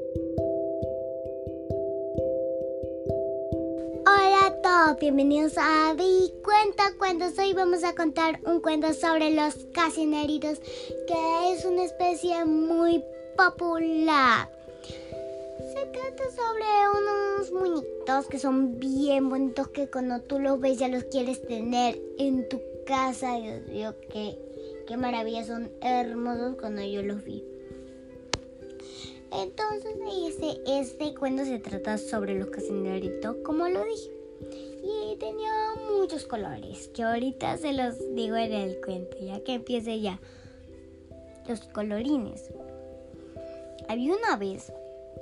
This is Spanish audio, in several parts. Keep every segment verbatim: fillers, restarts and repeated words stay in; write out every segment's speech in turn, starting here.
Hola a todos, bienvenidos a Vi Cuenta Cuentos. Hoy vamos a contar un cuento sobre los casineritos, que es una especie muy popular. Se trata sobre unos muñequitos que son bien bonitos, que cuando tú los ves ya los quieres tener en tu casa. Dios mío, qué, qué maravilla, son hermosos cuando yo los vi. Entonces este, este cuento se trata sobre los casineritos, como lo dije, y tenía muchos colores, que ahorita se los digo en el cuento, ya que empiece ya. Los colorines. Había una vez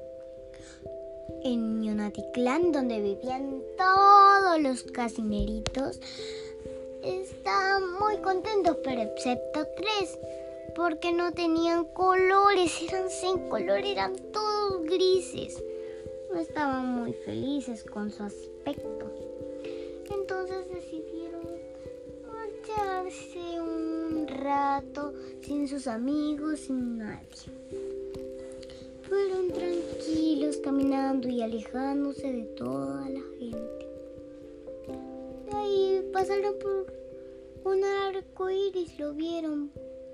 en Yonatitlán, donde vivían todos los casineritos. Estaban muy contentos, pero excepto tres, porque no tenían colores, eran sin color, eran todos grises. No estaban muy felices con su aspecto. Entonces decidieron marcharse un rato sin sus amigos, sin nadie. Fueron tranquilos caminando y alejándose de toda la gente. De ahí pasaron por un arco iris, lo vieron.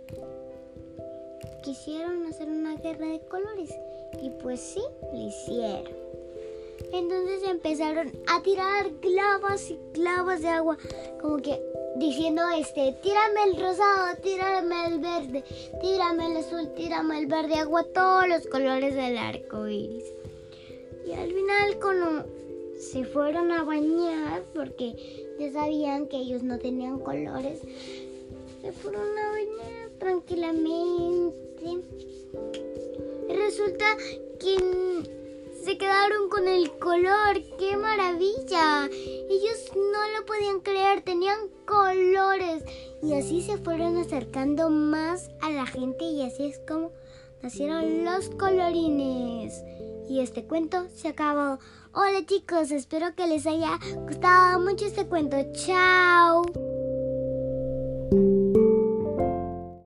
Quisieron hacer una guerra de colores y pues sí, lo hicieron. Entonces empezaron a tirar clavas y clavas de agua, como que diciendo este, tírame el rosado, tírame el verde, tírame el azul, tírame el verde, agua, todos los colores del arco iris. Y al final, cuando se fueron a bañar, porque ya sabían que ellos no tenían colores, se fueron a bañar tranquilamente. Resulta que se quedaron con el color. ¡Qué maravilla! Ellos no lo podían creer, tenían colores. Y así se fueron acercando más a la gente, y así es como nacieron los colorines. Y este cuento se acabó. Hola chicos, espero que les haya gustado mucho este cuento. ¡Chao!